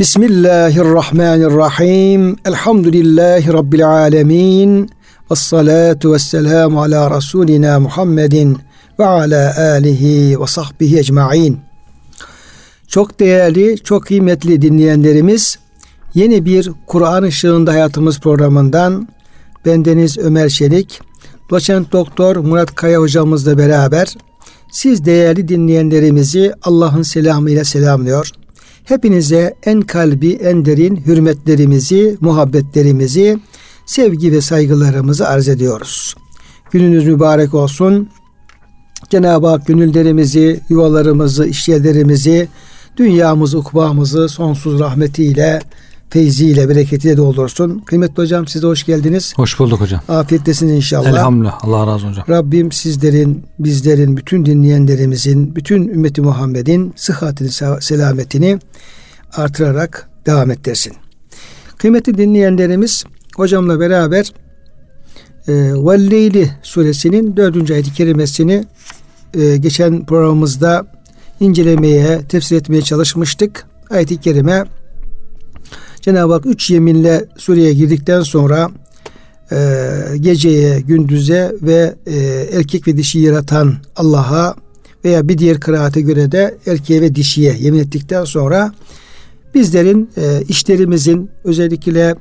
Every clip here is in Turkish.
Bismillahirrahmanirrahim. Elhamdülillahi Rabbil alemin. Vessalatu vesselamu ala Resulina Muhammedin ve ala alihi ve sahbihi ecma'in. Çok değerli, çok kıymetli dinleyenlerimiz, yeni bir Kur'an Işığında Hayatımız programından bendeniz Ömer Çelik, Doçent Doktor Murat Kaya hocamızla beraber siz değerli dinleyenlerimizi Allah'ın selamıyla selamlıyor. Hepinize en kalbi, en derin hürmetlerimizi, muhabbetlerimizi, sevgi ve saygılarımızı arz ediyoruz. Gününüz mübarek olsun. Cenab-ı Hak gönüllerimizi, yuvalarımızı, işyerlerimizi, dünyamızı, ukbamızı sonsuz rahmetiyle, feyziyle, bereketiyle doldursun. Kıymetli hocam, siz de hoş geldiniz. Hoş bulduk hocam. Afiyettesiniz inşallah. Elhamdülillah. Allah razı olsun hocam. Rabbim sizlerin, bizlerin, bütün dinleyenlerimizin, bütün ümmeti Muhammed'in sıhhatini, selametini artırarak devam ettirsin. Kıymetli dinleyenlerimiz, hocamla beraber Velleyli suresinin 4. ayet-i kerimesini geçen programımızda incelemeye, tefsir etmeye çalışmıştık. Ayet-i kerime Cenab-ı Hak 3 yeminle sureye girdikten sonra geceye, gündüze ve erkek ve dişi yaratan Allah'a veya bir diğer kıraate göre de erkeğe ve dişiye yemin ettikten sonra bizlerin işlerimizin özellikle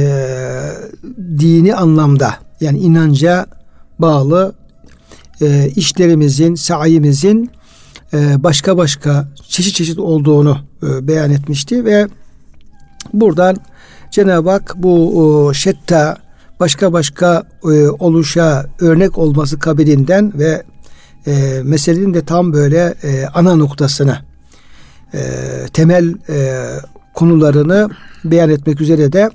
dini anlamda, yani inanca bağlı işlerimizin, sayimizin başka çeşit olduğunu beyan etmişti ve buradan Cenab-ı Hak bu şetta başka oluşa örnek olması kabilinden ve meselenin de tam böyle ana noktasına, temel konularını beyan etmek üzere de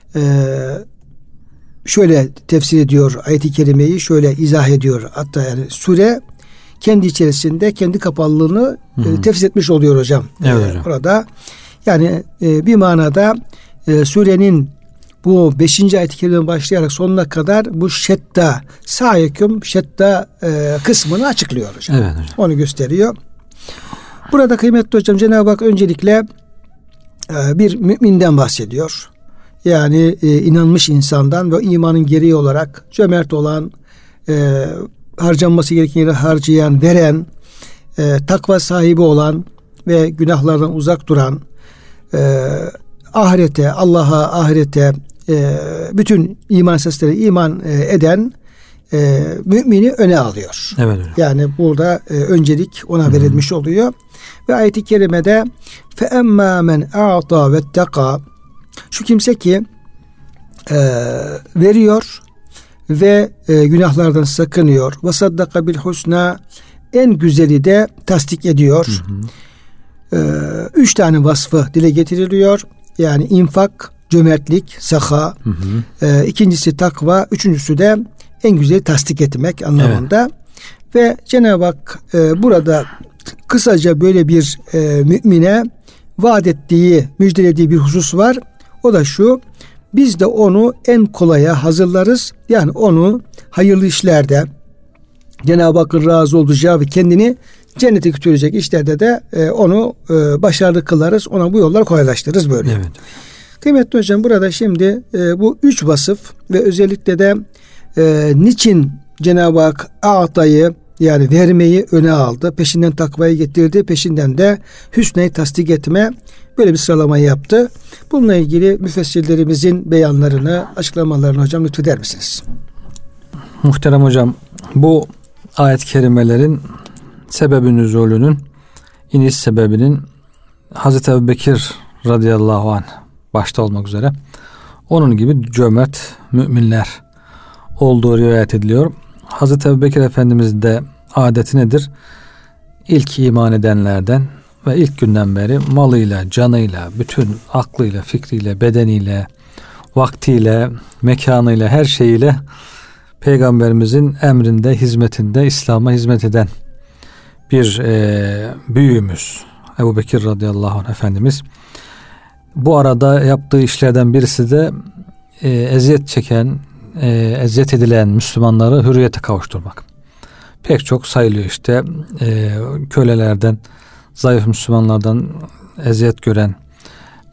şöyle tefsir ediyor, ayet-i kerimeyi şöyle izah ediyor. Hatta yani sure kendi içerisinde kendi kapalılığını tefsir etmiş oluyor hocam. Evet hocam. Orada yani bir manada surenin bu 5. ayet-i kerimeden başlayarak sonuna kadar bu şetta, sa'yeküm şetta kısmını açıklıyor hocam. Evet hocam. Onu gösteriyor. Burada kıymetli hocam Cenab-ı Hak öncelikle bir müminden bahsediyor. Yani inanmış insandan ve imanın gereği olarak cömert olan, harcanması gereken yere harcayan, veren, takva sahibi olan ve günahlardan uzak duran, ahirete, Allah'a, ahirete, bütün iman esaslarına iman eden mümini öne alıyor. Evet hocam. Yani burada öncelik ona verilmiş oluyor. Ve ayet-i kerimede فَاَمَّا مَنْ اَعْطَى وَاتَّقَى, şu kimse ki veriyor ve günahlardan sakınıyor. وَصَدَّقَ بِالْحُسْنَى, en güzeli de tasdik ediyor. 3 tane vasfı dile getiriliyor. Yani infak, cömertlik, saha. İkincisi takva. Üçüncüsü de en güzeli tasdik etmek anlamında. Evet. Ve Cenab-ı Hak burada kısaca böyle bir mümine vaat ettiği, müjdelediği bir husus var. O da şu: biz de onu en kolaya hazırlarız. Yani onu hayırlı işlerde, Cenab-ı Hakk'ın razı olacağı ve kendini cennete götürecek işlerde de onu başarılı kılarız. Ona bu yolları kolaylaştırırız böyle. Evet. Kıymetli hocam, burada şimdi bu 3 vasıf ve özellikle de niçin Cenab-ı Hak a'tayı, yani vermeyi öne aldı, peşinden takvayı getirdi, peşinden de hüsneyi tasdik etme, böyle bir sıralamayı yaptı. Bununla ilgili müfessirlerimizin beyanlarını, açıklamalarını hocam lütfeder misiniz? Muhterem hocam, bu ayet-i kerimelerin sebebin nüzulünün, iniş sebebinin Hazreti Ebubekir radıyallahu anh başta olmak üzere onun gibi cömert müminler olduğu rivayet ediliyor. Hazreti Ebubekir Efendimiz de adeti nedir? İlk iman edenlerden ve ilk günden beri malıyla, canıyla, bütün aklıyla, fikriyle, bedeniyle, vaktiyle, mekanıyla, her şeyiyle Peygamberimizin emrinde, hizmetinde, İslam'a hizmet eden bir büyüğümüz Ebubekir radıyallahu anh Efendimiz. Bu arada yaptığı işlerden birisi de eziyet çeken, eziyet edilen Müslümanları hürriyete kavuşturmak. Pek çok sayılıyor işte, kölelerden, zayıf Müslümanlardan eziyet gören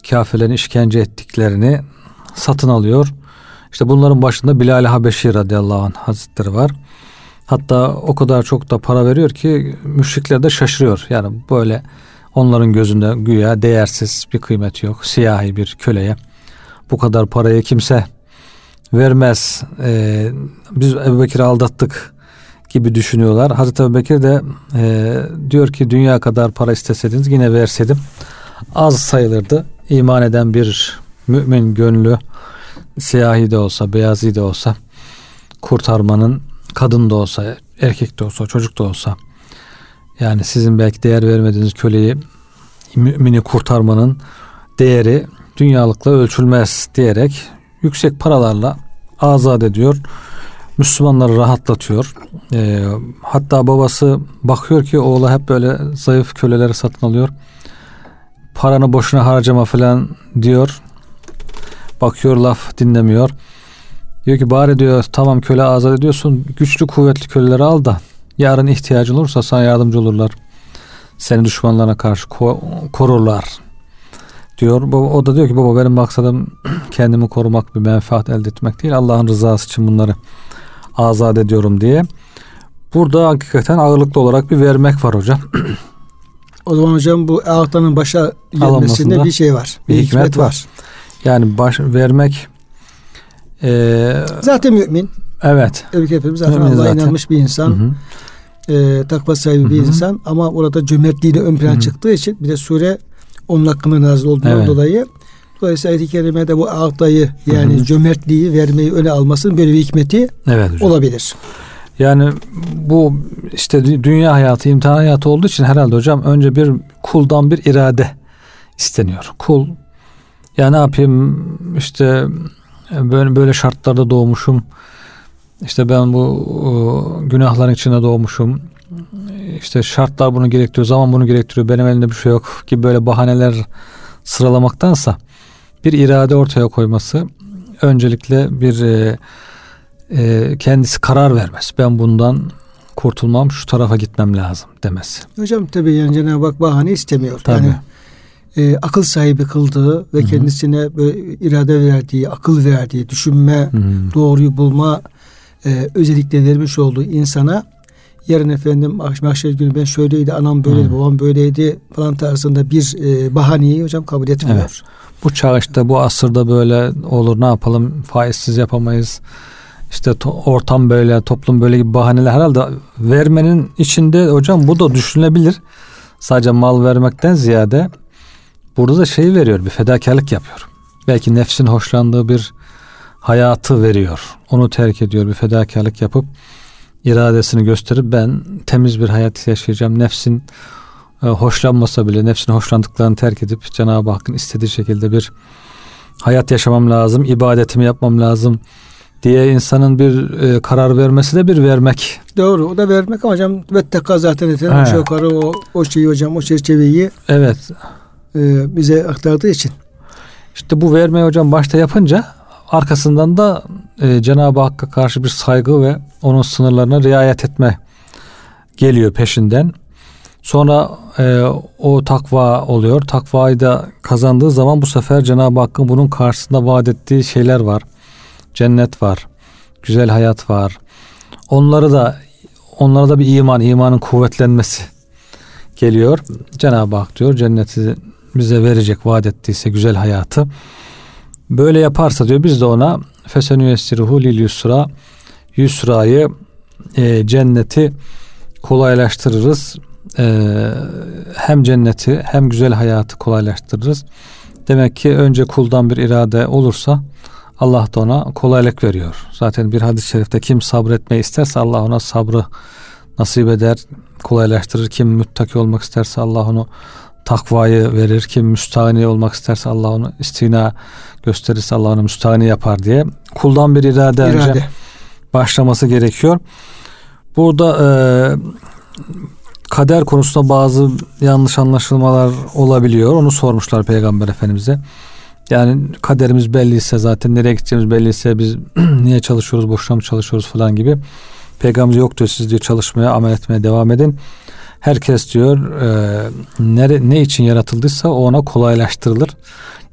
kafirlerin işkence ettiklerini satın alıyor. İşte bunların başında Bilal-i Habeşi radıyallahu anh hazretleri var. Hatta o kadar çok da para veriyor ki müşrikler de şaşırıyor. Yani böyle onların gözünde güya değersiz, bir kıymeti yok. Siyahi bir köleye bu kadar parayı kimse vermez. Biz Ebu Bekir'i aldattık gibi düşünüyorlar. Hazreti Ebu Bekir de diyor ki dünya kadar para isteseydiniz yine verseydim az sayılırdı. İman eden bir mümin gönlü siyahi de olsa, beyazi de olsa, kurtarmanın, kadın da olsa, erkek de olsa, çocuk da olsa, yani sizin belki değer vermediğiniz köleyi, mümini kurtarmanın değeri dünyalıkla ölçülmez diyerek yüksek paralarla azat ediyor. Müslümanları rahatlatıyor. Hatta babası bakıyor ki oğlu hep böyle zayıf köleleri satın alıyor. Paranı boşuna harcama falan diyor. Bakıyor laf dinlemiyor. Diyor ki bari diyor tamam köle azat ediyorsun, güçlü kuvvetli köleleri al da yarın ihtiyacın olursa sana yardımcı olurlar. Seni düşmanlarına karşı korurlar diyor. O da diyor ki baba benim maksadım kendimi korumak, bir menfaat elde etmek değil, Allah'ın rızası için bunları azat ediyorum diye. Burada hakikaten ağırlıklı olarak bir vermek var hocam. O zaman hocam bu ayaklarının başa gelmesinde bir şey var. Bir hikmet var. Yani vermek zaten mümin. Evet. Hepimiz zaten Allah'a inanmış bir insan. Takva sahibi bir insan. Ama orada cömertliği de ön plana çıktığı için bir de sure onun hakkında nazil olduğundan dolayı dolayısıyla ayet-i kerimede bu ağdayı yani cömertliği vermeyi öne almasının böyle bir hikmeti olabilir. Yani bu işte dünya hayatı, imtihan hayatı olduğu için herhalde hocam önce bir kuldan bir irade isteniyor. Kul ya ne yapayım işte böyle şartlarda doğmuşum. İşte ben bu günahların içine doğmuşum. İşte şartlar bunu gerektiriyor, zaman bunu gerektiriyor. Benim elimde bir şey yok gibi böyle bahaneler sıralamaktansa bir irade ortaya koyması, öncelikle bir kendisi karar vermez. Ben bundan kurtulmam, şu tarafa gitmem lazım demesi. Hocam tabii yani Cenab-ı Hak bahane istemiyor. Tabii. Yani akıl sahibi kıldığı ve kendisine böyle irade verdiği, akıl verdiği, düşünme, doğruyu bulma özellikle vermiş olduğu insana yarın efendim mahşer günü ben şöyleydi, anam böyleydi, babam böyleydi falan tarzında bir bahaneyi hocam kabul etmiyor. Evet. Bu çağ işte bu asırda böyle olur, ne yapalım, faizsiz yapamayız. İşte ortam böyle, toplum böyle gibi bahaneler herhalde vermenin içinde hocam bu da düşünülebilir. Sadece mal vermekten ziyade burada da şey veriyor, bir fedakarlık yapıyor. Belki nefsin hoşlandığı bir hayatı veriyor. Onu terk ediyor, bir fedakarlık yapıp iradesini gösterip ben temiz bir hayat yaşayacağım. Nefsin hoşlanmasa bile nefsin hoşlandıklarını terk edip Cenab-ı Hakk'ın istediği şekilde bir hayat yaşamam lazım, ibadetimi yapmam lazım diye insanın bir karar vermesi de bir vermek. Doğru, o da vermek ama hocam vetteka zaten efendim şu yukarı o şeyi hocam, o çerçeveyi bize aktardığı için. İşte bu vermeyi hocam başta yapınca arkasından da Cenab-ı Hakk'a karşı bir saygı ve onun sınırlarına riayet etme geliyor peşinden. Sonra o takva oluyor. Takvayı da kazandığı zaman bu sefer Cenab-ı Hakk'ın bunun karşısında vaat ettiği şeyler var. Cennet var. Güzel hayat var. Onlara da bir imanın kuvvetlenmesi geliyor. Cenab-ı Hak diyor cenneti bize verecek, vaat ettiyse güzel hayatı. Böyle yaparsa diyor biz de ona fesenüyessiruhu lil yusra, yusrayı cenneti kolaylaştırırız. Hem cenneti hem güzel hayatı kolaylaştırırız. Demek ki önce kuldan bir irade olursa Allah da ona kolaylık veriyor. Zaten bir hadis-i şerifte kim sabretmeyi isterse Allah ona sabrı nasip eder, kolaylaştırır. Kim müttaki olmak isterse Allah onu takvayı verir. Kim müstahni olmak isterse Allah onu istina gösterirse Allah onu müstahni yapar diye. Kuldan bir irade önce başlaması gerekiyor. Burada kader konusunda bazı yanlış anlaşılmalar olabiliyor. Onu sormuşlar Peygamber Efendimiz'e. Yani kaderimiz belliyse, zaten nereye gideceğimiz belliyse biz niye çalışıyoruz, boşuna mı çalışıyoruz falan gibi. Peygamber yok diyor, siz diyor çalışmaya, amel etmeye devam edin. Herkes diyor ne için yaratıldıysa o ona kolaylaştırılır.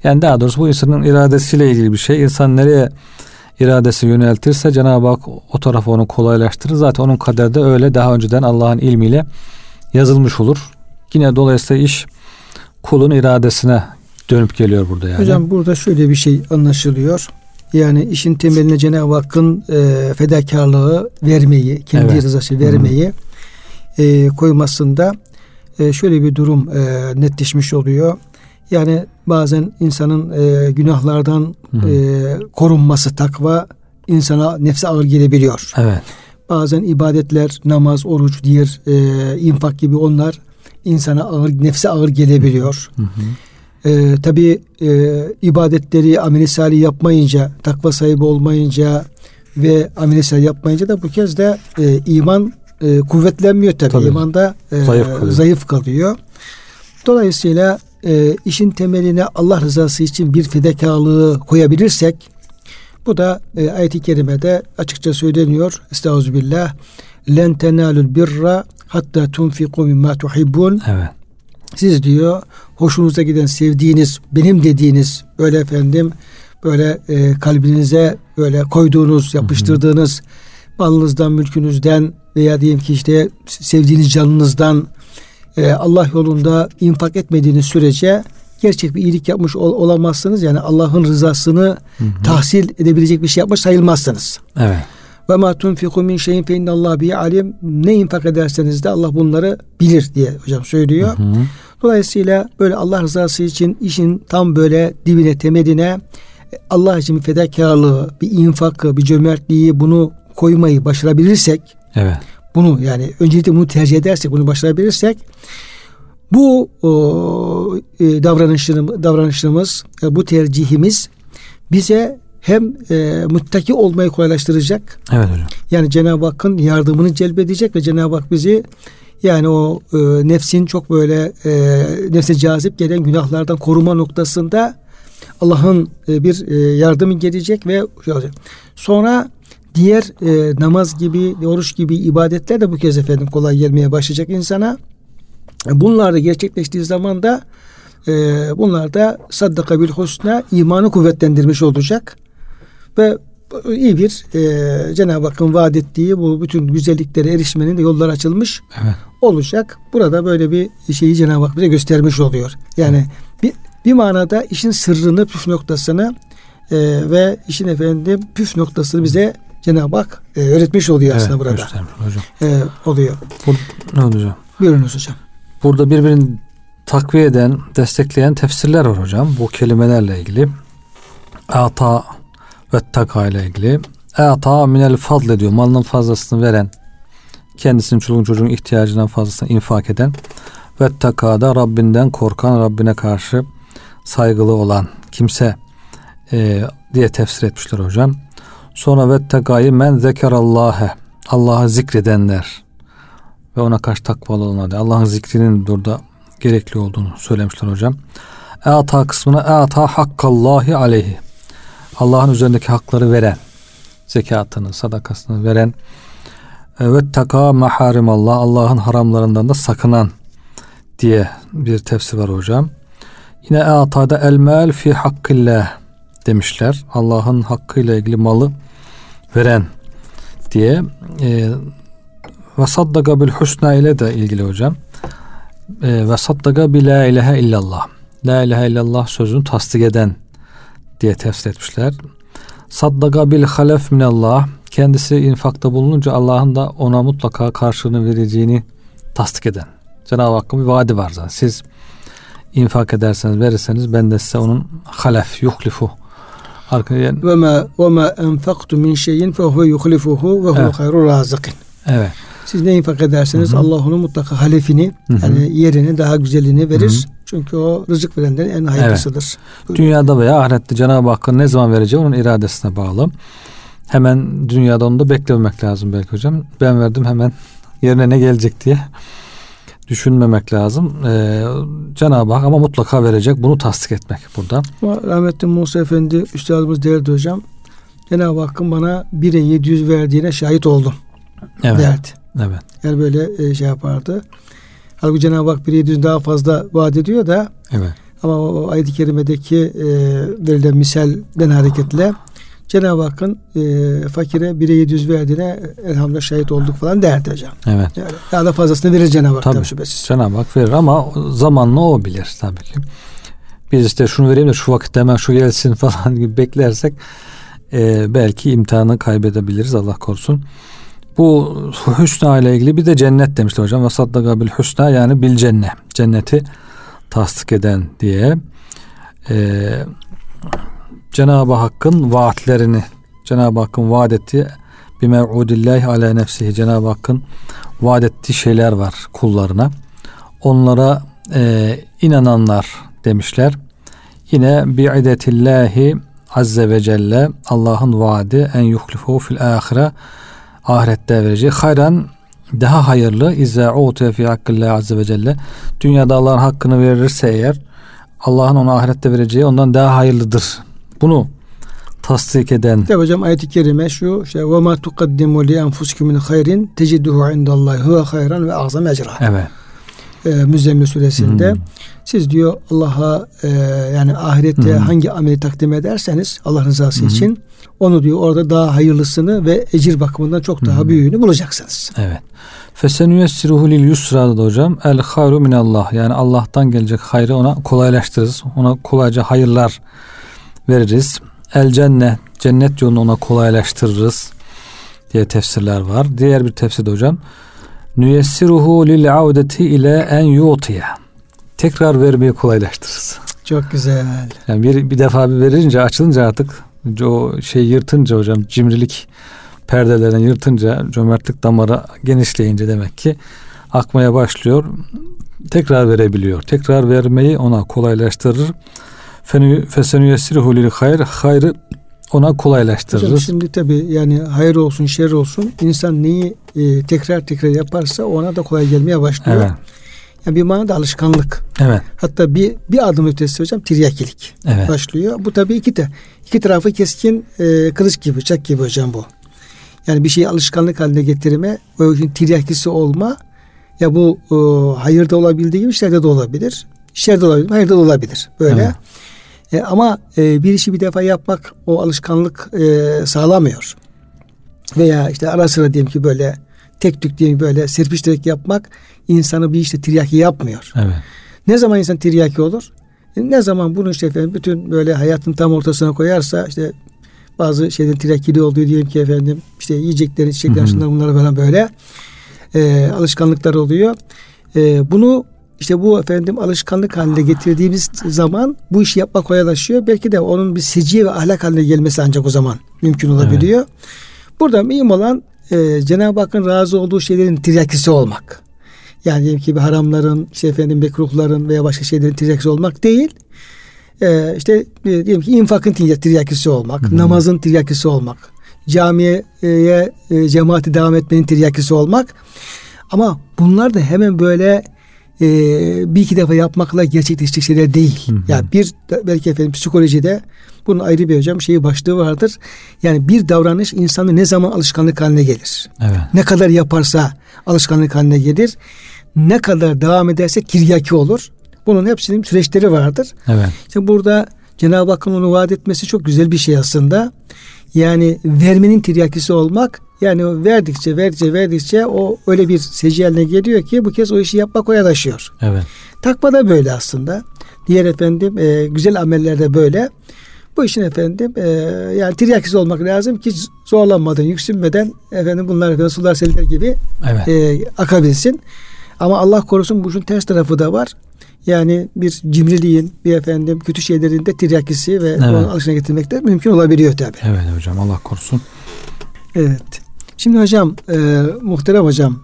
Yani daha doğrusu bu insanın iradesiyle ilgili bir şey. İnsan nereye iradesi yöneltirse Cenab-ı Hak o tarafa onu kolaylaştırır. Zaten onun kaderi de öyle daha önceden Allah'ın ilmiyle yazılmış olur. Yine dolayısıyla iş kulun iradesine dönüp geliyor burada yani. Hocam burada şöyle bir şey anlaşılıyor. Yani işin temeline Cenab-ı Hakk'ın fedakarlığı vermeyi, kendi rızası vermeyi koymasında şöyle bir durum netleşmiş oluyor. Yani bazen insanın günahlardan korunması, takva insana, nefse ağır gelebiliyor. Evet. Bazen ibadetler, namaz, oruç, diğer infak gibi onlar insana ağır, nefse ağır gelebiliyor. Tabii ibadetleri amel-i salih yapmayınca, takva sahibi olmayınca ve amel-i salih yapmayınca da bu kez de iman kuvvetlenmiyor tabii. İman da zayıf kalıyor. Dolayısıyla işin temeline Allah rızası için bir fedakarlığı koyabilirsek, bu da ayet-i kerimede açıkça söyleniyor. Estağfirullah. Len tenalul birra hatta tunfiqu mimma tuhibbun. Evet. Siz diyor hoşunuza giden, sevdiğiniz, benim dediğiniz böyle efendim böyle kalbinize böyle koyduğunuz, yapıştırdığınız malınızdan, mülkünüzden veya diyelim ki işte sevdiğiniz canınızdan Allah yolunda infak etmediğiniz sürece gerçek bir iyilik yapmış olamazsınız. Yani Allah'ın rızasını tahsil edebilecek bir şey yapmış sayılmazsınız. Evet. Ve ma tunfiku min şeyin fe innallaha bihi alim. Ne infak ederseniz de Allah bunları bilir diye hocam söylüyor. Dolayısıyla böyle Allah rızası için işin tam böyle dibine, temeline Allah için bir fedakarlığı, bir infakı, bir cömertliği bunu koymayı başarabilirsek, evet. Bunu yani öncelikle bunu tercih edersek, bunu başarabilirsek bu davranışımız, bu tercihimiz bize hem muttaki olmayı kolaylaştıracak. Evet hocam. Yani Cenab-ı Hakk'ın yardımını celbedecek ve Cenab-ı Hak bizi yani o nefsin çok böyle nefse cazip gelen günahlardan koruma noktasında Allah'ın bir yardımı gelecek ve sonra diğer namaz gibi, oruç gibi ibadetler de bu kez efendim kolay gelmeye başlayacak insana. Bunlar da gerçekleştiği zaman da bunlar da saddaka bil husna, imanı kuvvetlendirmiş olacak ve iyi bir Cenab-ı Hakk'ın vaat ettiği bu bütün güzelliklere erişmenin de yollar açılmış olacak. Burada böyle bir şeyi Cenab-ı Hak bize göstermiş oluyor. Yani bir manada işin sırrını, püf noktasını ve işin efendim püf noktasını bize Cenab-ı Hak öğretmiş oluyor aslında burada. Hocam. Oluyor. Ne olacak? Buyurunuz hocam. Burada birbirini takviye eden, destekleyen tefsirler var hocam. Bu kelimelerle ilgili. Ata ve taka ile ilgili. Ata minel fadl diyor. Malının fazlasını veren, kendisinin çoluğun çocuğun ihtiyacından fazlasını infak eden ve taka da Rabbinden korkan, Rabbine karşı saygılı olan kimse diye tefsir etmişler hocam. Sonra ve takayı men zekerallâhe, Allah'ı zikredenler ve ona karşı takvalı olanlar. Allah'ın zikrinin burada gerekli olduğunu söylemişler hocam. Ata kısmına ata hakkallahi aleyhi, Allah'ın üzerindeki hakları veren, zekatını, sadakasını veren ve taka maharimallah, Allah'ın haramlarından da sakınan diye bir tefsir var hocam. Yine ata'da el mal fi hakkillah demişler. Allah'ın hakkıyla ilgili malı veren diye. Ve saddaka bil husna ile de ilgili hocam. Ve saddaka bi la ilahe illallah. La ilahe illallah sözünü tasdik eden diye tefsir etmişler. Saddaka bil halef minallah. Kendisi infakta bulununca Allah'ın da ona mutlaka karşılığını vereceğini tasdik eden. Cenab-ı Hakk'ın bir vaadi var zaten. Siz infak ederseniz, verirseniz ben de size onun halef, yuhlifu. Ve ma enfaktu min şeyin fe huve yuhlifuhu ve huve hayrul razıkin. Evet. Siz ne infak ederseniz Allah onun mutlaka halefini, yani yerini, daha güzelini verir. Çünkü o rızık verenlerin en hayırlısıdır. Evet. Dünyada veya ahirette Cenab-ı Hakk'ın ne zaman vereceği onun iradesine bağlı. Hemen dünyada onu da beklememek lazım belki hocam. Ben verdim hemen yerine ne gelecek diye düşünmemek lazım. Cenab-ı Hak ama mutlaka verecek. Bunu tasdik etmek burada. Rahmetli Musa Efendi Üstadımız derdi hocam. Cenab-ı Hakk'ın bana 1'e 700 verdiğine şahit oldum. Evet. Derdi. Evet. Yani böyle şey yapardı. Halbuki Cenab-ı Hak 1'e 700 daha fazla vaat ediyor da Ama o ayet-i kerimedeki verilen misalden hareketle Cenab-ı Hakk'ın fakire 1'e 700 verdiğine elhamdülillah şahit olduk falan derdi hocam. Evet. Yani daha da fazlasını verir Cenab-ı Hak tabii şüphesiz. Cenab-ı Hak verir ama zamanla o bilir tabii ki. Biz işte şunu vereyim de şu vakitte hemen şu gelsin falan gibi beklersek belki imtihanı kaybedebiliriz, Allah korusun. Bu hüsna ile ilgili bir de cennet demişti hocam. Ve saddaka bil hüsna, yani bil cennet. Cenneti tasdik eden diye. Cenab-ı Hakk'ın vaatlerini, Cenab-ı Hakk'ın vaat ettiği bi mev'udillahi ala nefsihi, Cenab-ı Hakk'ın vaat ettiği şeyler var kullarına. Onlara inananlar demişler. Yine bi'idetillahi azze ve celle, Allah'ın vaadi en yuhlifu fil ahire, ahirette vereceği hayran, daha hayırlı, izâ utiye fi hakkillahi azze ve celle, dünyada Allah'ın hakkını verirse eğer, Allah'ın ona ahirette vereceği ondan daha hayırlıdır. Bunu tasdik eden. Tabi hocam ayet-i kerime şu işte ve ma tuqaddimu li enfusikum min hayrin teciduhu indallahi huve hayran ve azam ecra. Evet. Müzzemmil suresinde siz diyor Allah'a yani ahirette hangi ameli takdim ederseniz Allah rızası için onu diyor orada daha hayırlısını ve ecir bakımından çok daha büyüğünü bulacaksınız. Evet. Fesenüyessiruhu lil yusra da hocam. El hayru minallah. Yani Allah'tan gelecek hayrı ona kolaylaştırırız. Ona kolayca hayırlar veririz. El cennet. Cennet yolunu ona kolaylaştırırız diye tefsirler var. Diğer bir tefsirde hocam, nüyessiruhu lil audeti ile en yutiye. Tekrar vermeyi kolaylaştırırız. Çok güzel. Yani bir defa bir verince, açılınca artık o şey yırtınca hocam, cimrilik perdelerini yırtınca, cömertlik damarı genişleyince demek ki akmaya başlıyor. Tekrar verebiliyor. Tekrar vermeyi ona kolaylaştırır. Fesenüyessiruhu lil hayr. Hayrı ona kolaylaştırırız. Hocam şimdi tabii yani hayır olsun şer olsun, insan neyi tekrar yaparsa ona da kolay gelmeye başlıyor. Evet. Yani bir manada alışkanlık. Evet. Hatta bir adım ötesi hocam tiryakilik başlıyor. Bu tabii iki tarafı keskin kılıç gibi, bıçak gibi hocam bu. Yani bir şeyi alışkanlık haline getirme, o işin tiryakisi olma. Ya bu hayırda olabildiği gibi şerde de olabilir. Şerde olabilir, hayırda da olabilir. Böyle. Evet. Ama bir işi bir defa yapmak o alışkanlık sağlamıyor. Veya işte ara sıra diyelim ki böyle tek tük diyelim böyle serpiştirerek yapmak insanı bir işte tiryaki yapmıyor. Evet. Ne zaman insan tiryaki olur? Ne zaman bunu işte efendim bütün böyle hayatın tam ortasına koyarsa, işte bazı şeylerin tiryakili olduğu diyelim ki efendim işte yiyecekleri, içecekleri, şunlar bunlar falan böyle alışkanlıklar oluyor. Bunu İşte bu efendim alışkanlık haline getirdiğimiz zaman bu işi yapmak kolaylaşıyor. Belki de onun bir seciye ve ahlak haline gelmesi ancak o zaman mümkün olabiliyor. Evet. Burada mühim olan Cenab-ı Hakk'ın razı olduğu şeylerin tiryakisi olmak. Yani diyelim ki bir haramların, işte efendim mekruhların veya başka şeylerin tiryakisi olmak değil. İşte diyelim ki infakın tiryakisi olmak, namazın tiryakisi olmak, camiye cemaati devam etmenin tiryakisi olmak. Ama bunlar da hemen böyle bir iki defa yapmakla gerçekleşecek şeyler değil. Yani belki efendim psikolojide bunun ayrı bir hocam başlığı vardır. Yani bir davranış insanın ne zaman alışkanlık haline gelir? Evet. Ne kadar yaparsa alışkanlık haline gelir. Ne kadar devam ederse tiryaki olur. Bunun hepsinin süreçleri vardır. Evet. İşte burada Cenab-ı Hakk'ın onu vaat etmesi çok güzel bir şey aslında. Yani vermenin tiryakisi olmak, yani verdikçe o öyle bir seci haline geliyor ki bu kez o işi yapmak kolaylaşıyor. Evet. Takva da böyle aslında. Diğer efendim güzel amellerde böyle. Bu işin efendim yani tiryakisi olmak lazım ki zorlanmadan, yüksünmeden efendim bunlar efendim sular seller gibi akabilsin. Ama Allah korusun bu işin ters tarafı da var. Yani bir cimriliğin, bir efendim kötü şeylerin de tiryakisi ve onu alışına getirmek de mümkün olabiliyor tabii. Evet hocam, Allah korusun. Evet. Şimdi hocam, muhterem hocam,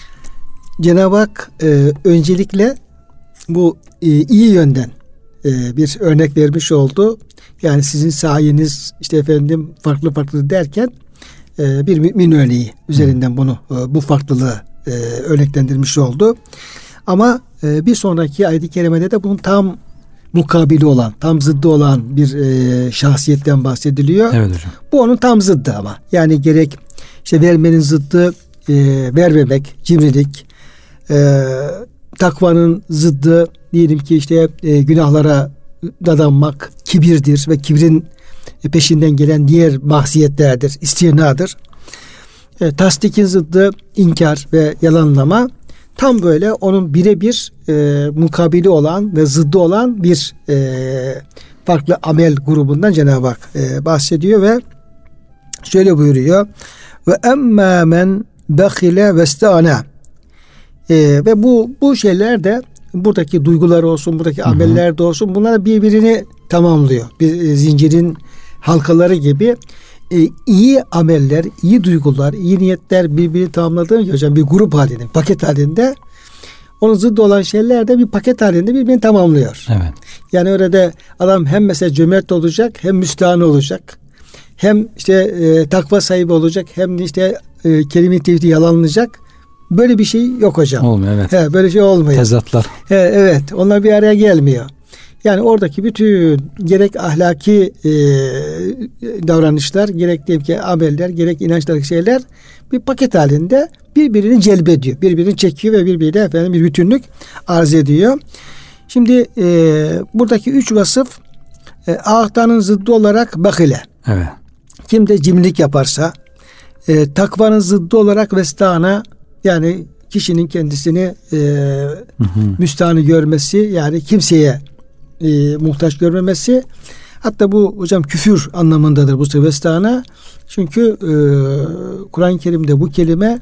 Cenab-ı Hak öncelikle bu iyi yönden bir örnek vermiş oldu. Yani sizin sayeniz işte efendim farklı derken bir mümin örneği üzerinden bunu bu farklılığı örneklendirmiş oldu. Ama bir sonraki ayet-i kerimede de bunun tam mukabili olan, tam zıddı olan bir şahsiyetten bahsediliyor. Evet hocam. Bu onun tam zıddı ama. Yani gerek işte vermenin zıddı vermemek, cimrilik, takvanın zıddı diyelim ki işte günahlara dadanmak kibirdir ve kibrin peşinden gelen diğer mahsiyetlerdir, istinadır. Tasdikin zıddı inkar ve yalanlama, tam böyle onun birebir mukabili olan ve zıddı olan bir farklı amel grubundan Cenab-ı Hak bahsediyor ve şöyle buyuruyor: ve emmâ men bekhile vestâne. Ve bu şeyler de, buradaki duygular olsun, buradaki ameller de olsun, bunlar birbirini tamamlıyor. Bir zincirin halkaları gibi iyi ameller, iyi duygular, iyi niyetler birbirini tamamladığı hocam bir grup halinde, paket halinde, onun zıddı olan şeyler de bir paket halinde birbirini tamamlıyor. Evet. Yani öyle de adam hem mesela cömert olacak, hem müstahane olacak, hem işte takva sahibi olacak, hem de işte kelime-i tevhidi yalanlayacak. Böyle bir şey yok hocam. Olmuyor, evet. Böyle şey olmuyor. Tezatlar. Evet, onlar bir araya gelmiyor. Yani oradaki bütün gerek ahlaki davranışlar, gerek diyelim ki ameller, gerek inançlardaki şeyler bir paket halinde birbirini celbediyor. Birbirini çekiyor ve birbiriyle bir bütünlük arz ediyor. Şimdi buradaki 3 vasıf ahtanın zıddı olarak bakile. Evet. Kim de cimrilik yaparsa, takvanın zıddı olarak vestana, yani kişinin kendisini müstahane görmesi, yani kimseye muhtaç görmemesi. Hatta bu hocam küfür anlamındadır bu vestana. Çünkü Kur'an-ı Kerim'de bu kelime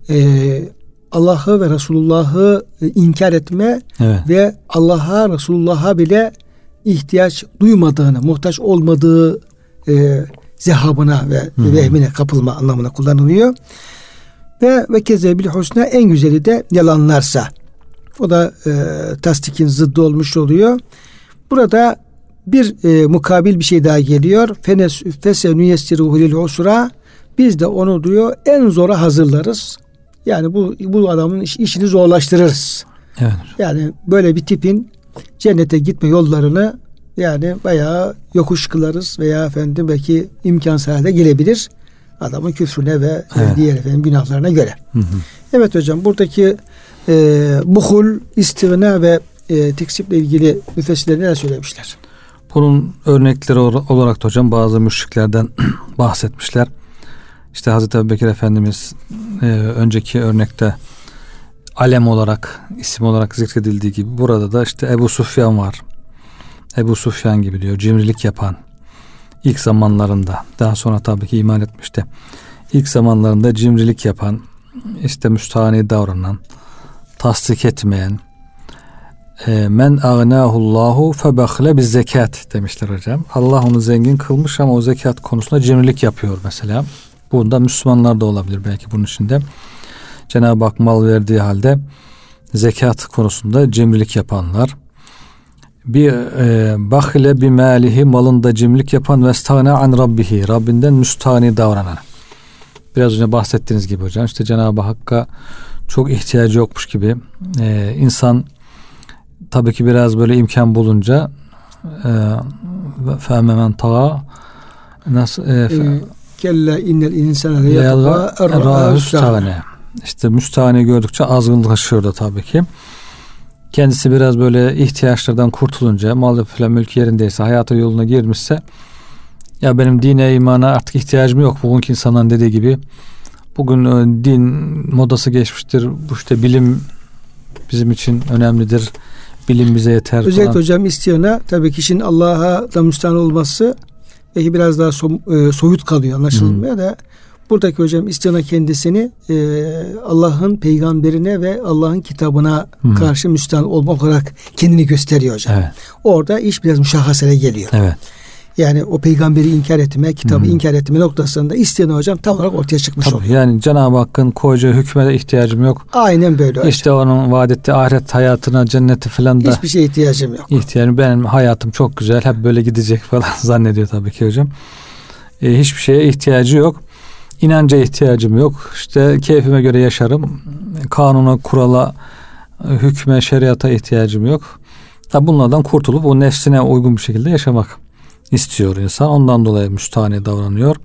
Allah'ı ve Resulullah'ı inkar etme, evet, ve Allah'a, Resulullah'a bile ihtiyaç duymadığını, muhtaç olmadığı zehabına ve vehmine kapılma anlamına kullanılıyor. Ve kezebil husna, en güzeli de yalanlarsa. O da tasdikin zıddı olmuş oluyor. Burada bir mukabil bir şey daha geliyor. Fesenüyessiruhu lil usra. Biz de onu diyor en zora hazırlarız. Yani bu adamın işini zorlaştırırız. Evet. Yani böyle bir tipin cennete gitme yollarını yani bayağı yokuş kılarız veya belki imkansız hale gelebilir. Adamın küfrüne ve diğer günahlarına göre. Evet hocam, buradaki buhul, istigna ve teksiple ilgili müfessirler neler söylemişler? Bunun örnekleri olarak da hocam bazı müşriklerden bahsetmişler. İşte Hazreti Ebubekir Efendimiz önceki örnekte alem olarak, isim olarak zikredildiği gibi burada da işte Ebu Sufyan var. Ebu Sufyan gibi diyor, cimrilik yapan ilk zamanlarında, daha sonra tabii ki iman etmişti. İlk zamanlarında cimrilik yapan, işte müstahane davranan, tasdik etmeyen, men ağnâhullahu febekhle biz zekat demişler hocam. Allah onu zengin kılmış ama o zekat konusunda cimrilik yapıyor mesela. Bunda Müslümanlar da olabilir belki bunun içinde. Cenab-ı Hak mal verdiği halde zekat konusunda cimrilik yapanlar. Bir bakhile bi malihi, malında cimrilik yapan ve stâne an rabbihi, Rabbinden müstahni davranan. Biraz önce bahsettiğiniz gibi hocam, işte Cenab-ı Hakk'a çok ihtiyacı yokmuş gibi. İnsan tabii ki biraz böyle imkan bulunca fehmemen tağa nasıl kelle innel insane yatgâ işte müstahni gördükçe azgınlaşıyor da tabii ki. Kendisi biraz böyle ihtiyaçlardan kurtulunca, mal filan mülk yerindeyse, hayatı yoluna girmişse, ya benim dine, imana artık ihtiyacım yok. Bugünkü insanların dediği gibi, bugün din modası geçmiştir. Bu işte bilim bizim için önemlidir. Bilim bize yeter falan. Özellikle hocam istiyana tabii kişinin Allah'a da müstahane olması belki biraz daha soyut kalıyor, anlaşılmıyor da buradaki hocam istiyana kendisini Allah'ın peygamberine ve Allah'ın kitabına karşı müstahane olmak olarak kendini gösteriyor hocam. Evet. Orada iş biraz müşahhasele geliyor. Evet. Yani o peygamberi inkar etme, kitabı inkar etme noktasında isteyene hocam tam olarak ortaya çıkmış oluyor. Yani Cenab-ı Hakk'ın koyacağı hükme de ihtiyacım yok. Aynen böyle hocam. İşte onun vaad ettiği ahiret hayatına, cenneti falan da hiçbir şeye ihtiyacım yok. Benim hayatım çok güzel, hep böyle gidecek falan zannediyor tabii ki hocam. Hiçbir şeye ihtiyacı yok. İnanca ihtiyacım yok. İşte keyfime göre yaşarım. Kanuna, kurala, hükme, şeriata ihtiyacım yok. Tabi bunlardan kurtulup o nefsine uygun bir şekilde yaşamak istiyor insan. Ondan dolayı müstahane davranıyor.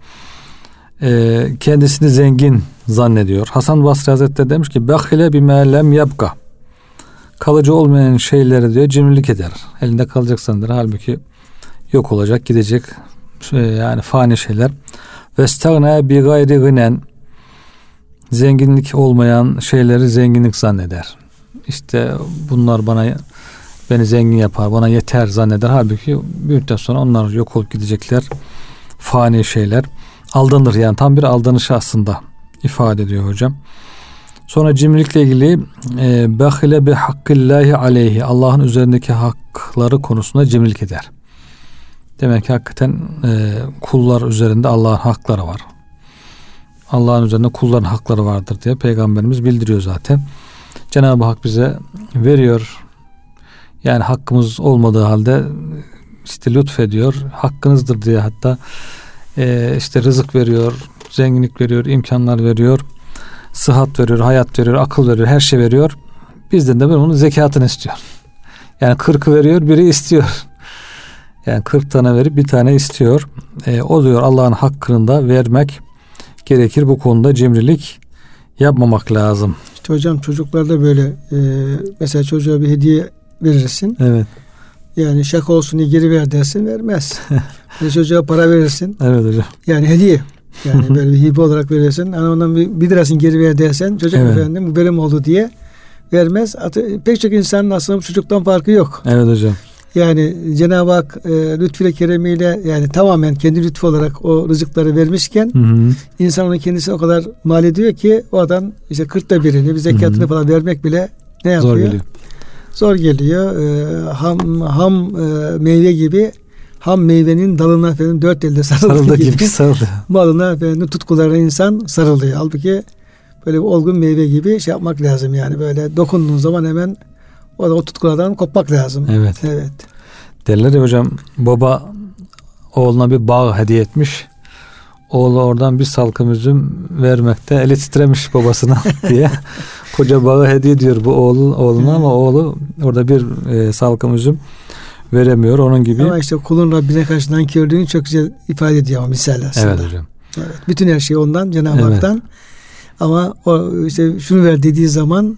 Kendisini zengin zannediyor. Hasan Basri Hazretleri demiş ki: "Bakhile bima lem yabqa." kalıcı olmayan şeyleri diyor cimrilik eder. Elinde kalacak sanır. Halbuki yok olacak, gidecek yani fani şeyler. Vestagna bi gayri gınen, zenginlik olmayan şeyleri zenginlik zanneder. İşte bunlar beni zengin yapar, bana yeter zanneder. Halbuki bir müddet sonra onlar yok olup gidecekler. Fani şeyler. Aldanır, yani tam bir aldanışı aslında ifade ediyor hocam. Sonra cimrilikle ilgili bahile bi hakkillahi aleyhi, Allah'ın üzerindeki hakları konusunda cimrilik eder. Demek ki hakikaten kullar üzerinde Allah'ın hakları var. Allah'ın üzerinde kulların hakları vardır diye Peygamberimiz bildiriyor zaten. Cenab-ı Hak bize veriyor. Yani hakkımız olmadığı halde işte lütfediyor. Hakkınızdır diye hatta işte rızık veriyor, zenginlik veriyor, imkanlar veriyor, sıhhat veriyor, hayat veriyor, akıl veriyor, her şey veriyor. Bizden de bunun zekatını istiyor. Yani 40'ı veriyor, biri istiyor. Yani 40 tane verip bir tane istiyor. O diyor Allah'ın hakkını da vermek gerekir. Bu konuda cimrilik yapmamak lazım. İşte hocam çocuklarda böyle mesela çocuğa bir hediye verirsin. Evet. Yani şaka olsun diye geri ver dersin, vermez. Çocuğa para verirsin. Evet hocam. Yani hediye. Yani böyle bir hibe olarak verirsin. Hani ondan bir lirasını geri ver dersen çocuk efendim bu benim oldu diye vermez. Pek çok insanın aslında çocuktan farkı yok. Evet hocam. Yani Cenab-ı Hak lütfüyle keremiyle yani tamamen kendi lütfu olarak o rızıkları vermişken insan onu kendisi o kadar mal ediyor ki o adam işte 40'ta birini bir zekatını falan vermek bile ne yapıyor? Zor geliyor. Ham meyve gibi ham meyvenin dalına efendim 4 elde sarıldığı gibi malına efendim tutkularına insan sarılıyor. Halbuki böyle bir olgun meyve gibi şey yapmak lazım yani böyle dokunduğun zaman hemen o tutkulardan kopmak lazım. Evet. Derler ya hocam, baba oğluna bir bağ hediye etmiş. Oğlu oradan bir salkım üzüm vermekte eli titremiş babasına diye. Koca bağı hediye ediyor bu oğluna ama oğlu orada bir salkım üzüm veremiyor. Onun gibi. Ama işte kulun Rabbine karşı nankörlüğünü çok güzel ifade ediyor ama misal aslında. Evet hocam. Evet. Bütün her şey ondan, Cenab-ı Hak'tan. Ama o işte şunu ver dediği zaman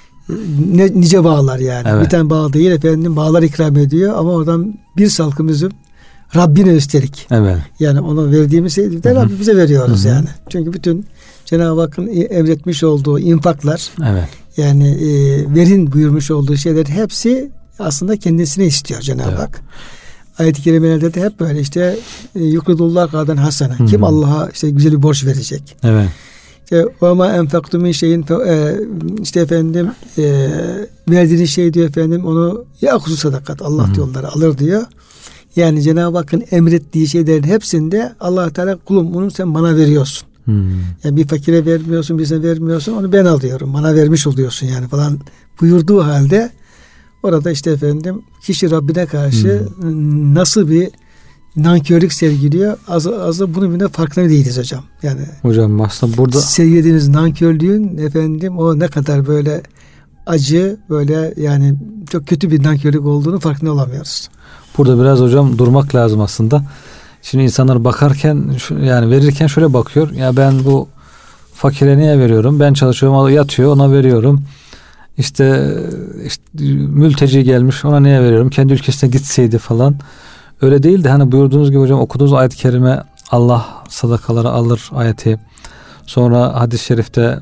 nice bağlar yani. Evet. Bir tane bağ değil efendim, bağlar ikram ediyor ama oradan bir salkım üzüm Rabbine üstelik. Evet. Yani ona verdiğimiz şey de Rabbi bize veriyoruz yani. Çünkü bütün Cenab-ı Hakk'ın emretmiş olduğu infaklar, yani verin buyurmuş olduğu şeyler hepsi aslında kendisine istiyor Cenab-ı Hak. Ayet-i kerimelerde de hep böyle işte yukridullah kaden hasene. Kim Allah'a işte güzel bir borç verecek. Evet. İşte ve ma enfaktu min şeyin işte efendim verdiğiniz şey diyor efendim onu yakuzu sadakat Allah yolları alır diyor. Yani Cenab-ı Hakk'ın emrettiği şeylerin hepsinde Allah Teala kulum bunu sen bana veriyorsun. Yani bir fakire vermiyorsun, bize vermiyorsun, onu ben alıyorum. Bana vermiş oluyorsun yani falan buyurduğu halde orada işte efendim kişi Rabbine karşı nasıl bir nankörlük sergiliyor. Az bunun bile farkında değiliz hocam. Yani hocam aslında burada sergilediğiniz nankörlüğün efendim o ne kadar böyle acı, böyle yani çok kötü bir nankörlük olduğunu farkında olamıyoruz. Burada biraz hocam durmak lazım aslında. Şimdi insanlar bakarken yani verirken şöyle bakıyor. Ya ben bu fakire niye veriyorum? Ben çalışıyorum, yatıyor, ona veriyorum. İşte mülteci gelmiş, ona niye veriyorum? Kendi ülkesine gitseydi falan. Öyle değil de hani buyurduğunuz gibi hocam okuduğunuz ayet-i kerime Allah sadakaları alır ayeti. Sonra hadis-i şerifte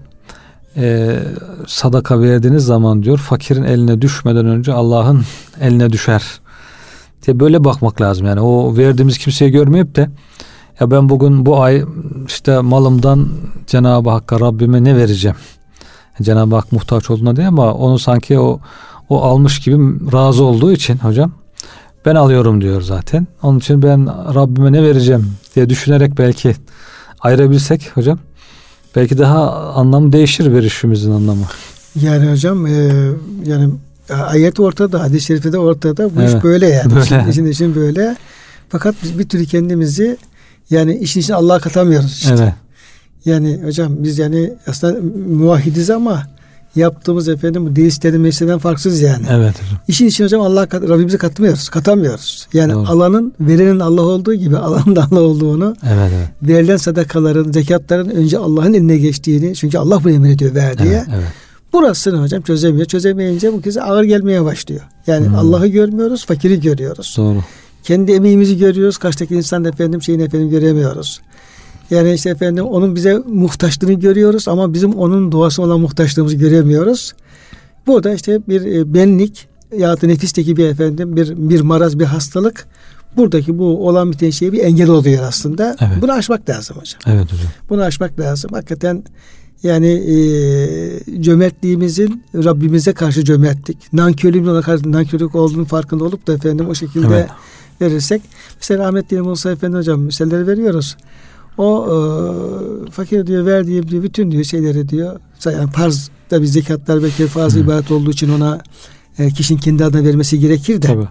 sadaka verdiğiniz zaman diyor fakirin eline düşmeden önce Allah'ın eline düşer diye böyle bakmak lazım. Yani o verdiğimiz kimseyi görmeyip de ya ben bugün bu ay işte malımdan Cenab-ı Hakk'a Rabbime ne vereceğim? Cenab-ı Hak muhtaç olduğuna değil ama onu sanki o almış gibi razı olduğu için hocam ben alıyorum diyor zaten. Onun için ben Rabbime ne vereceğim diye düşünerek belki ayırabilsek hocam belki daha anlamı değişir verişimizin anlamı. Yani hocam yani ayet ortada, hadis-i şerifi de ortada. Bu iş böyle yani. Böyle. İşin böyle. Fakat biz bir türlü kendimizi yani işin içine Allah'a katamıyoruz işte. Evet. Yani hocam biz yani aslında muvahhidiz ama yaptığımız efendim bu deistlerin meseleden farksız yani. Evet hocam. İşin içine hocam Rabbimize katamıyoruz. Yani doğru. Alanın, verenin Allah olduğu gibi alanın da Allah olduğunu, verilen sadakaların, zekatların önce Allah'ın eline geçtiğini, çünkü Allah bunu emrediyor ver diye. Evet. Burasını hocam çözemiyor. Çözemeyince bu kez ağır gelmeye başlıyor. Yani Allah'ı görmüyoruz, fakiri görüyoruz. Doğru. Kendi emeğimizi görüyoruz. Karşıdaki insan efendim göremiyoruz. Yani işte efendim onun bize muhtaçlığını görüyoruz ama bizim onun doğasına olan muhtaçlığımızı göremiyoruz. Burada işte bir benlik ya da nefisteki bir maraz, bir hastalık. Buradaki bu olan biten şeye bir engel oluyor aslında. Evet. Bunu aşmak lazım hocam. Evet hocam. Bunu aşmak lazım. Hakikaten yani cömertliğimizin Rabbimize karşı cömertlik, nankörlüğün karşı nankörlük olduğunun farkında olup da o şekilde verirsek. Mesela rahmetli Musa Efendi hocam meseleleri veriyoruz. O fakir diyor verdiğim diyor bütün diyor şeyleri diyor. Yani farz da bir zekatlar belki farz ibadet olduğu için ona kişinin kendi adına vermesi gerekir de. Tabii.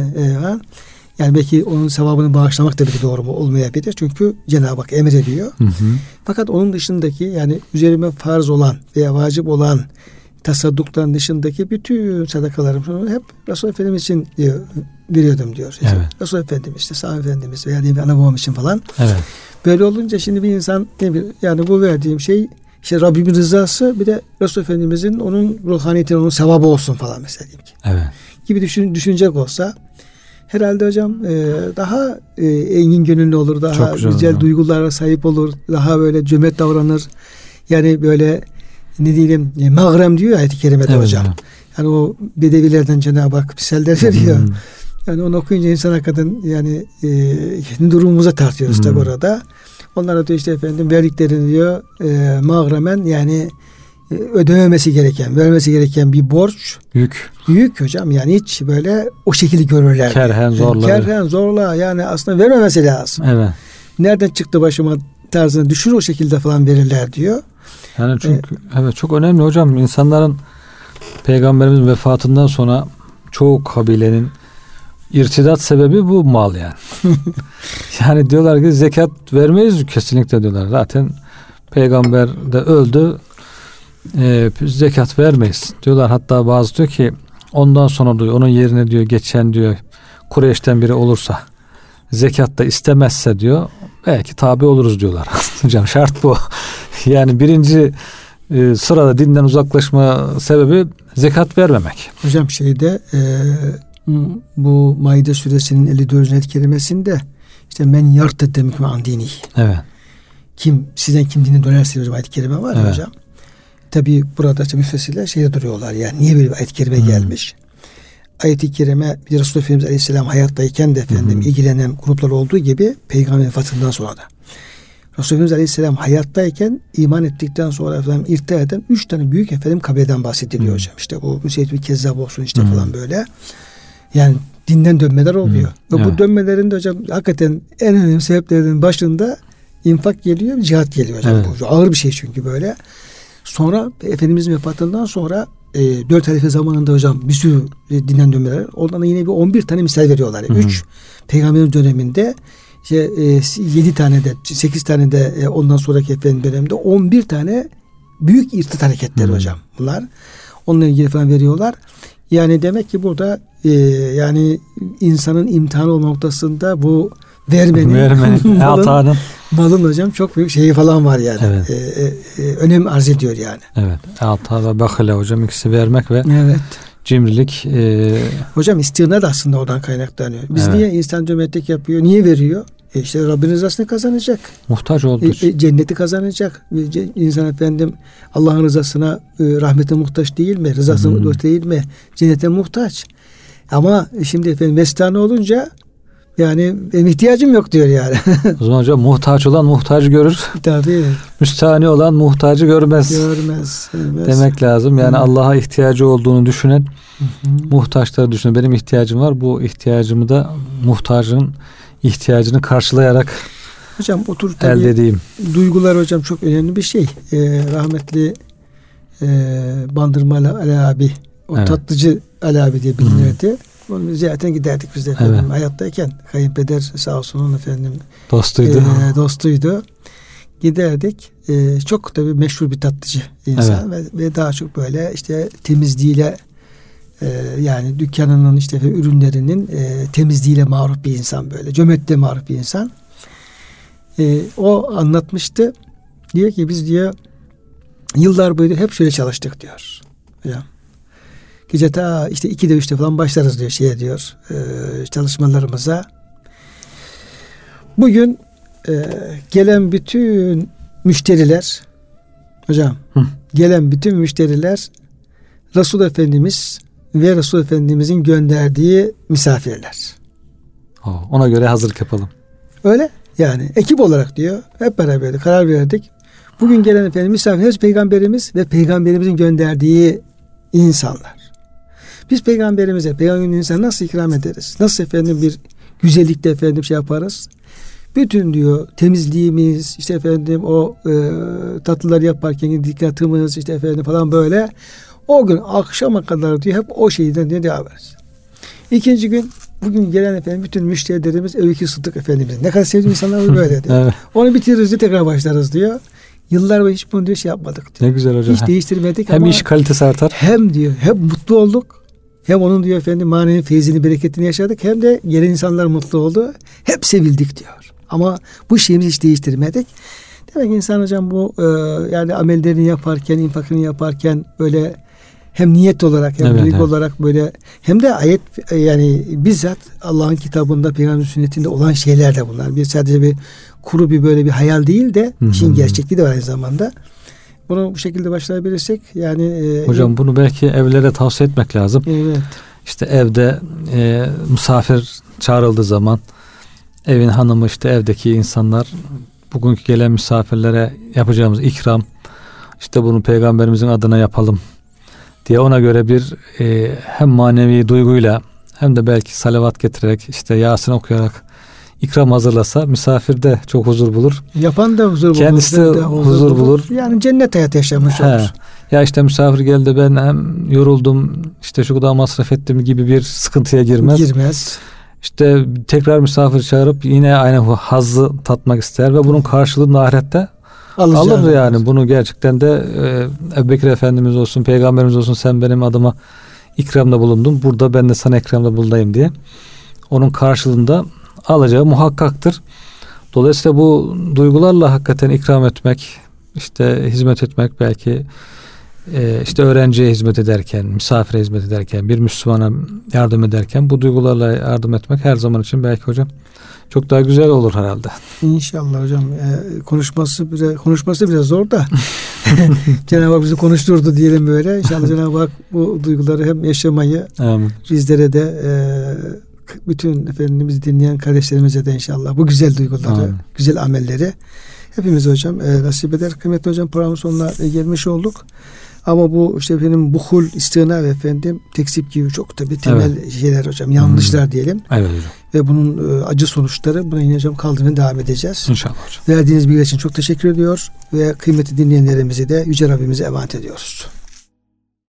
Yani belki onun sevabını bağışlamak da belki doğru mu olmayabilir. Çünkü Cenab-ı Hak emrediyor. Fakat onun dışındaki yani üzerime farz olan veya vacip olan tasaddukların dışındaki bütün sadakalarım hep Resulullah Efendimiz için diyor, veriyordum diyor. Evet. Resulullah Efendimiz işte Sami Efendimiz veya diye bir ana babam için falan. Evet. Böyle olunca şimdi bir insan yani bu verdiğim şey işte Rabbimin rızası bir de Resulullah Efendimizin onun ruhaniyetinin onun sevabı olsun falan mesela diyeyim ki. Evet. Gibi düşünecek olsa herhalde hocam daha engin gönüllü olur, daha güzel duygulara sahip olur, daha böyle cömert davranır. Yani böyle ne diyelim mağrem diyor ayet-i kerimede hocam. Yani o bedevilerden Cenab-ı Hak misaller veriyor. Yani onu okuyunca insan hakikaten yani kendi durumumuza tartıyoruz tabi orada. Onlara diyor işte verdiklerini diyor mağremen yani ödememesi gereken, vermesi gereken bir borç. Yük hocam yani hiç böyle o şekilde görürler. Kerhen zorla yani aslında vermemesi lazım. Evet. Nereden çıktı başıma tarzını düşür o şekilde falan verirler diyor. Yani çünkü evet çok önemli hocam. İnsanların Peygamberimizin vefatından sonra çoğu kabilenin irtidat sebebi bu mal yani. Yani diyorlar ki zekat vermeyiz kesinlikle diyorlar. Zaten Peygamber de öldü. Zekat vermeyiz diyorlar. Hatta bazı diyor ki ondan sonra diyor onun yerine diyor geçen diyor Kureyş'ten biri olursa zekat da istemezse diyor belki tabi oluruz diyorlar. Hocam şart bu. Yani birinci sırada dinden uzaklaşma sebebi zekat vermemek. Hocam bu Maide suresinin 54. ayet kerimesinde işte men yartedde minkum an dinihi. Evet. Sizden kim dine dönerse hocam ayet-i kerime var ya hocam. Tabi burada işte müfessirler duruyorlar yani niye böyle bir ayet-i kerime gelmiş? Ayet-i kerime bir Resulullah Efendimiz Aleyhisselam hayattayken de ilgilenen gruplar olduğu gibi Peygamber vefatından sonra da Resulullah Efendimiz Aleyhisselam hayattayken iman ettikten sonra irtidat eden 3 tane büyük kabileden bahsediliyor hocam. İşte bu Müseyyid bir Kezzab olsun falan böyle. Yani dinden dönmeler oluyor. Ve bu dönmelerin de hocam hakikaten en önemli sebeplerinin başında infak geliyor, cihat geliyor hocam. Evet. Bu ağır bir şey çünkü böyle. Sonra Efendimizin vefatından sonra 4 halife zamanında hocam bir sürü dinden dönmeler. Ondan yine bir 11 tane misal veriyorlar. 3 Peygamberin döneminde 7 tane de 8 tane de ondan sonraki Efendimiz döneminde 11 tane büyük irtidat hareketleri hocam bunlar. Onunla ilgili falan veriyorlar. Yani demek ki burada yani insanın imtihanı olma noktasında bu vermenin malın hocam çok büyük şeyi falan var yani. Evet. Önem arz ediyor yani. Evet. Ata ve bakile hocam ikisi vermek ve cimrilik. Hocam istirna da aslında oradan kaynaklanıyor. Biz niye insan cömertlik yapıyor? Niye veriyor? İşte Rabbin rızasını kazanacak. Muhtaç olduğu için. Cenneti kazanacak. İnsan Allah'ın rızasına rahmete muhtaç değil mi? Rızasına muhtaç değil mi? Cennete muhtaç. Ama şimdi mestane olunca yani benim ihtiyacım yok diyor yani. O zaman hocam muhtaç olan muhtacı görür. Tabii. Müstahni olan muhtacı görmez. Görmez. Demek lazım. Yani Allah'a ihtiyacı olduğunu düşünen muhtaçları düşünün. Benim ihtiyacım var. Bu ihtiyacımı da muhtacın ihtiyacını karşılayarak hocam elde edeyim. Duygular hocam çok önemli bir şey. Rahmetli Bandırmalı Ali abi tatlıcı Ali abi diye bilinirdi. Onu ziyaretine giderdik biz de efendim. Hayattayken kayınpeder sağ olsun onun dostuydu. Giderdik. Çok tabii meşhur bir tatlıcı insan ve daha çok böyle işte temizliğiyle yani dükkanının ürünlerinin temizliğiyle maruf bir insan böyle. Cömertle maruf bir insan. O anlatmıştı. Diyor ki biz diyor yıllar boyu hep şöyle çalıştık diyor. hocam. Gece ta işte 2'de 3'te falan başlarız diyor çalışmalarımıza. Bugün gelen bütün müşteriler hocam, gelen bütün müşteriler Resul Efendimiz ve Resul Efendimizin gönderdiği misafirler. Ona göre hazırlık yapalım. Öyle yani ekip olarak diyor. Hep beraber karar verdik. Bugün gelen efendim misafirler peygamberimiz ve peygamberimizin gönderdiği insanlar. Biz peygamberimize, peygamberin insana nasıl ikram ederiz? Nasıl efendim bir güzellikle efendim şey yaparız? Bütün diyor temizliğimiz, işte efendim o tatlıları yaparken dikkatimiz, işte efendim falan böyle. O gün akşama kadar diyor hep o şeyden diye devam ederiz. İkinci gün bugün gelen efendim bütün müşterilerimiz Ebu Bekir Sıddık Efendimiz. Ne kadar sevdiğim insanlar böyle diyor. Evet. Onu bitiririz diye tekrar başlarız diyor. Yıllar boyu hiç bunu diyor şey yapmadık diyor. Ne güzel hocam. Hiç değiştirmedik hem ama iş kalitesi artar. Hem diyor hep mutlu olduk. Hem onun diyor efendim manevi feyzini, bereketini yaşadık. Hem de gelen insanlar mutlu oldu. Hep sevildik diyor. Ama bu şeyimizi hiç değiştirmedik. Demek ki insan hocam bu yani amellerini yaparken, infakını yaparken böyle hem niyet olarak hem duygu olarak böyle hem de ayet yani bizzat Allah'ın kitabında, Peygamberin sünnetinde olan şeyler de bunlar. Bir sadece bir kuru bir böyle bir hayal değil de işin gerçekliği de var aynı zamanda. Bunu bu şekilde başlayabilirsek yani hocam bunu belki evlere tavsiye etmek lazım. Evet. İşte evde misafir çağrıldığı zaman evin hanımı işte evdeki insanlar bugünkü gelen misafirlere yapacağımız ikram işte bunu peygamberimizin adına yapalım diye ona göre bir hem manevi duyguyla hem de belki salavat getirerek işte Yasin okuyarak ikram hazırlasa misafir de çok huzur bulur. Yapan da huzur bulur. Kendisi de huzur bulur. Yani cennet hayatı yaşamış olur. Ya işte misafir geldi ben hem yoruldum işte şu kadar masraf ettim gibi bir sıkıntıya girmez. İşte tekrar misafir çağırıp yine aynı hazzı tatmak ister ve bunun karşılığını ahirette alır yani. Bunu gerçekten de Ebu Bekir Efendimiz olsun, Peygamberimiz olsun sen benim adıma ikramda bulundun. Burada ben de sana ikramda bulunayım diye. Onun karşılığında alacağı muhakkaktır. Dolayısıyla bu duygularla hakikaten ikram etmek, işte hizmet etmek belki işte öğrenciye hizmet ederken, misafire hizmet ederken, bir Müslümana yardım ederken bu duygularla yardım etmek her zaman için belki hocam çok daha güzel olur herhalde. İnşallah hocam. Konuşması biraz zor da Cenab-ı Hak bizi konuşturdu diyelim böyle. İnşallah Cenab-ı Hak bu duyguları hem yaşamayı bizlere de bütün efendimizi dinleyen kardeşlerimize de inşallah bu güzel duyguları, güzel amelleri hepimiz hocam nasip eder. Kıymetli hocam programın sonuna gelmiş olduk. Ama bu işte benim buhul, istina ve efendim tekzip gibi çok tabii temel şeyler hocam. Yanlışlar diyelim. Evet hocam. Ve bunun acı sonuçları buna yine hocam kaldırmaya devam edeceğiz. İnşallah hocam. Verdiğiniz bilgiler için çok teşekkür ediyor. Ve kıymetli dinleyenlerimizi de Yüce Rabbimize emanet ediyoruz.